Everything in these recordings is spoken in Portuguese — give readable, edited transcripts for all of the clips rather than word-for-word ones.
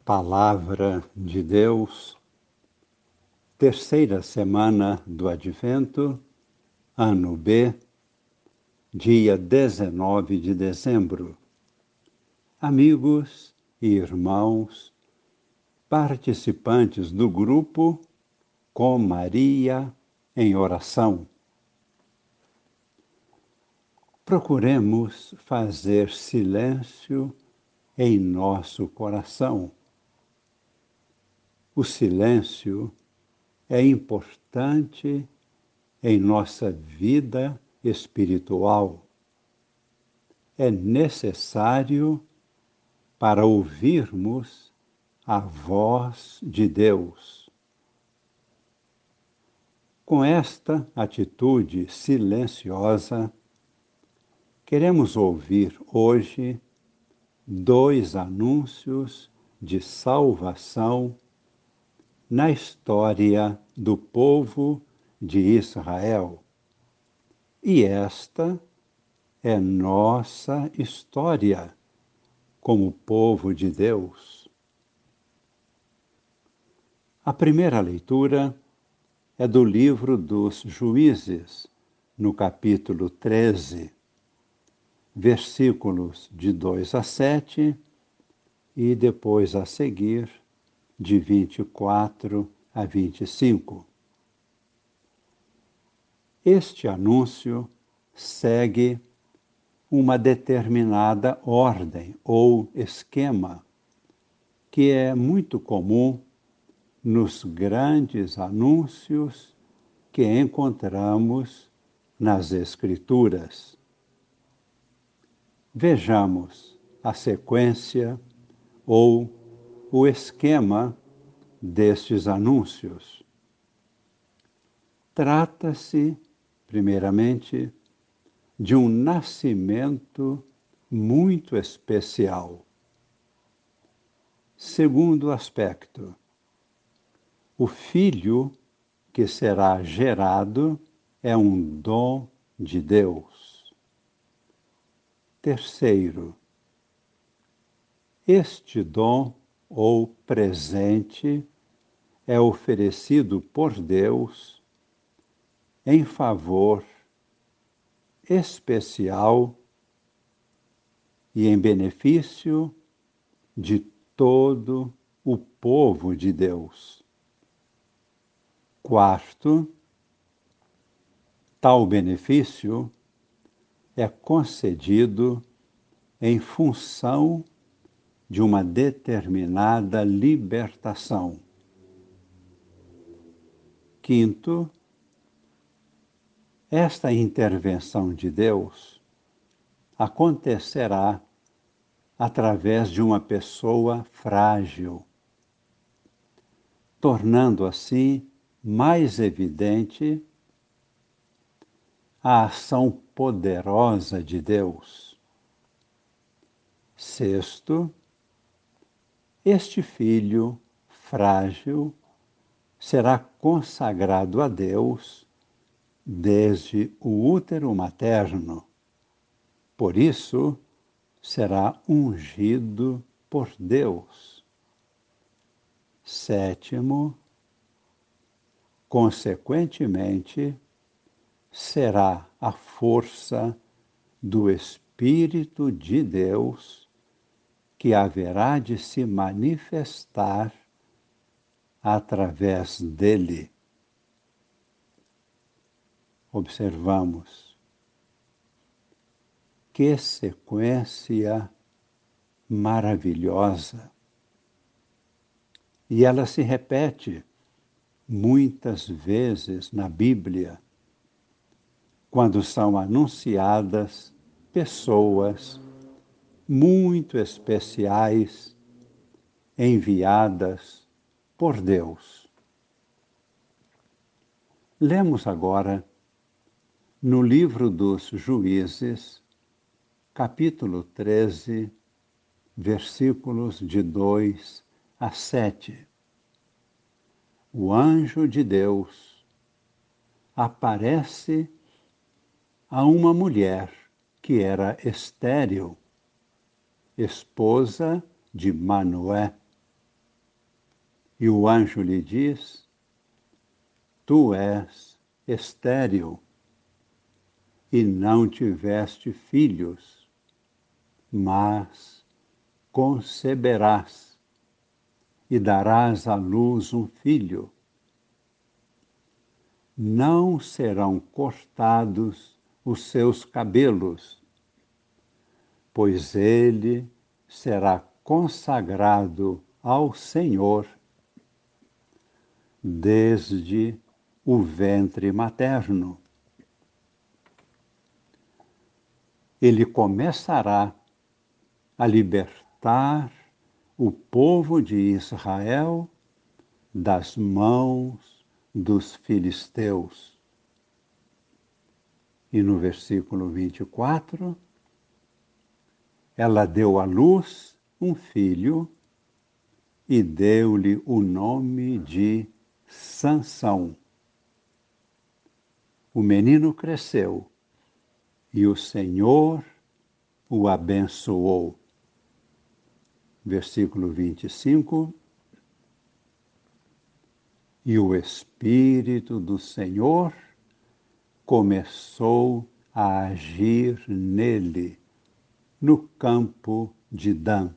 Palavra de Deus, terceira semana do Advento, ano B, dia 19 de dezembro. Amigos e irmãos, participantes do grupo Com Maria em Oração. Procuremos fazer silêncio em nosso coração. O silêncio é importante em nossa vida espiritual. É necessário para ouvirmos a voz de Deus. Com esta atitude silenciosa, queremos ouvir hoje 2 anúncios de salvação na história do povo de Israel. E esta é nossa história como povo de Deus. A primeira leitura é do livro dos Juízes, no capítulo 13, versículos de 2 a 7 e depois a seguir de 24 a 25. Este anúncio segue uma determinada ordem ou esquema que é muito comum nos grandes anúncios que encontramos nas Escrituras. Vejamos a sequência ou o esquema destes anúncios. Trata-se, primeiramente, de um nascimento muito especial. Segundo aspecto, o filho que será gerado é um dom de Deus. Terceiro, este dom ou presente é oferecido por Deus em favor especial e em benefício de todo o povo de Deus. Quarto, tal benefício é concedido em função de uma determinada libertação. Quinto, esta intervenção de Deus acontecerá através de uma pessoa frágil, tornando assim mais evidente a ação poderosa de Deus. Sexto, este filho frágil será consagrado a Deus desde o útero materno. Por isso, será ungido por Deus. Sétimo, consequentemente, será a força do Espírito de Deus que haverá de se manifestar através dele. Observamos que sequência maravilhosa! E ela se repete muitas vezes na Bíblia, quando são anunciadas pessoas muito especiais, enviadas por Deus. Lemos agora no livro dos Juízes, capítulo 13, versículos de 2 a 7. O anjo de Deus aparece a uma mulher que era estéril, esposa de Manoé, E o anjo lhe diz: tu és estéril e não tiveste filhos, mas conceberás e darás à luz um filho. Não serão cortados os seus cabelos, pois ele será consagrado ao Senhor desde o ventre materno. Ele começará a libertar o povo de Israel das mãos dos filisteus. E no versículo 24, ela deu à luz um filho e deu-lhe o nome de Sansão. O menino cresceu e o Senhor o abençoou. Versículo 25. E o Espírito do Senhor começou a agir nele, no campo de Dan.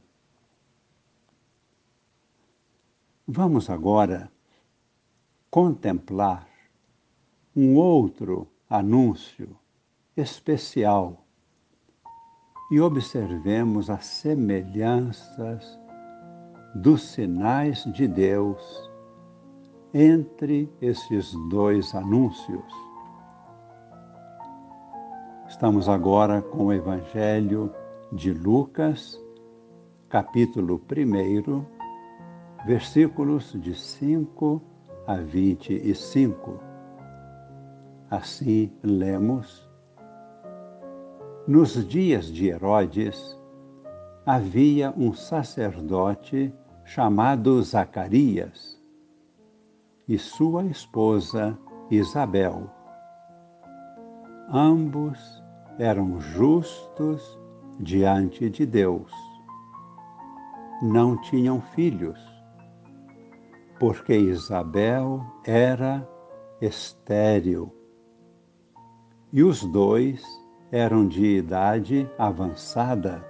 Vamos agora contemplar um outro anúncio especial e observemos as semelhanças dos sinais de Deus entre esses dois anúncios. Estamos agora com o Evangelho de Lucas, capítulo 1, versículos de 5 a 25. Assim lemos: nos dias de Herodes, havia um sacerdote chamado Zacarias e sua esposa Isabel. Ambos eram justos diante de Deus. Não tinham filhos, porque Isabel era estéril. E os dois eram de idade avançada.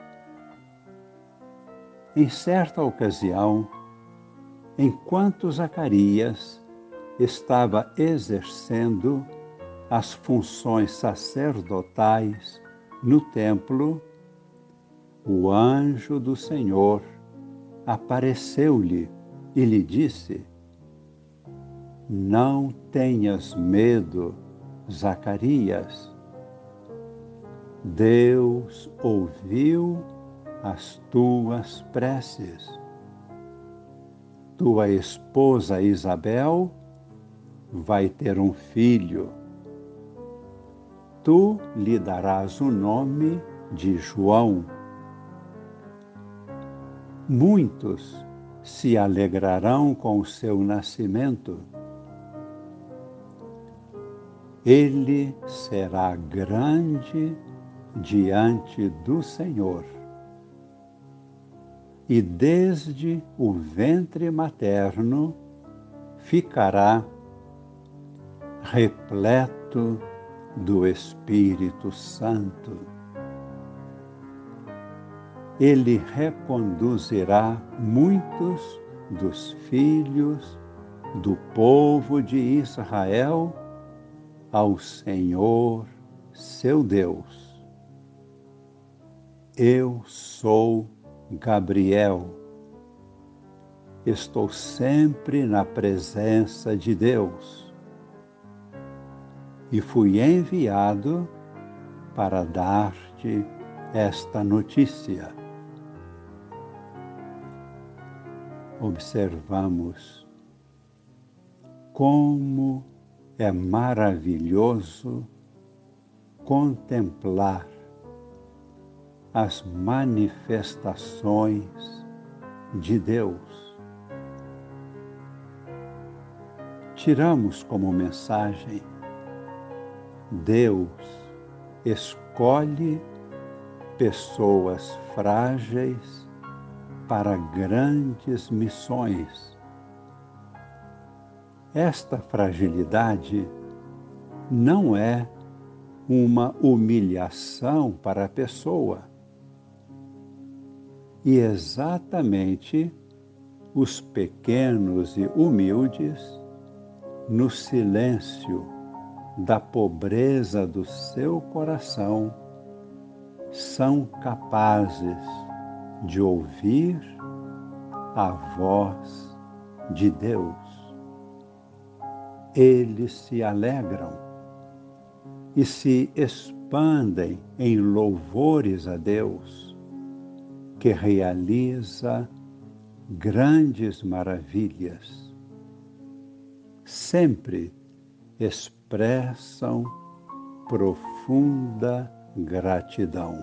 Em certa ocasião, enquanto Zacarias estava exercendo as funções sacerdotais no templo, o anjo do Senhor apareceu-lhe e lhe disse: não tenhas medo, Zacarias. Deus ouviu as tuas preces. Tua esposa Isabel vai ter um filho. Tu lhe darás o nome de João. Muitos se alegrarão com o seu nascimento. Ele será grande diante do Senhor. E desde o ventre materno ficará repleto do Espírito Santo. Ele reconduzirá muitos dos filhos do povo de Israel ao Senhor, seu Deus. Eu sou Gabriel. Estou sempre na presença de Deus e fui enviado para dar-te esta notícia. Observamos como é maravilhoso contemplar as manifestações de Deus. Tiramos como mensagem: Deus escolhe pessoas frágeis para grandes missões. esta fragilidade não é uma humilhação para a pessoa. E exatamente os pequenos e humildes, no silêncio da pobreza do seu coração, são capazes de ouvir a voz de Deus. Eles se alegram e se expandem em louvores a Deus, que realiza grandes maravilhas. Sempre expressam profunda gratidão.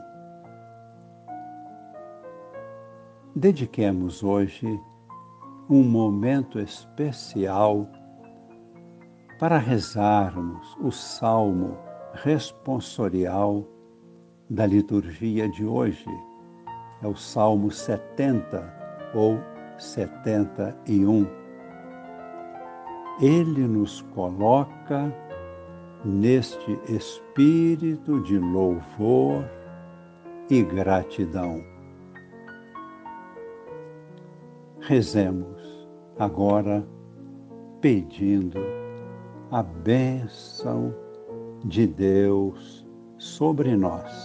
Dediquemos hoje um momento especial para rezarmos o salmo responsorial da liturgia de hoje. É o Salmo 70 ou 71. Ele nos coloca neste espírito de louvor e gratidão. Rezemos agora pedindo a bênção de Deus sobre nós.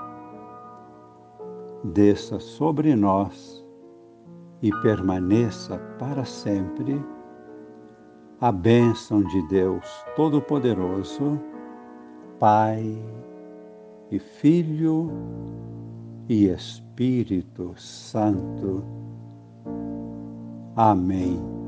Desça sobre nós e permaneça para sempre a bênção de Deus Todo-Poderoso, Pai e Filho e Espírito Santo. Amém.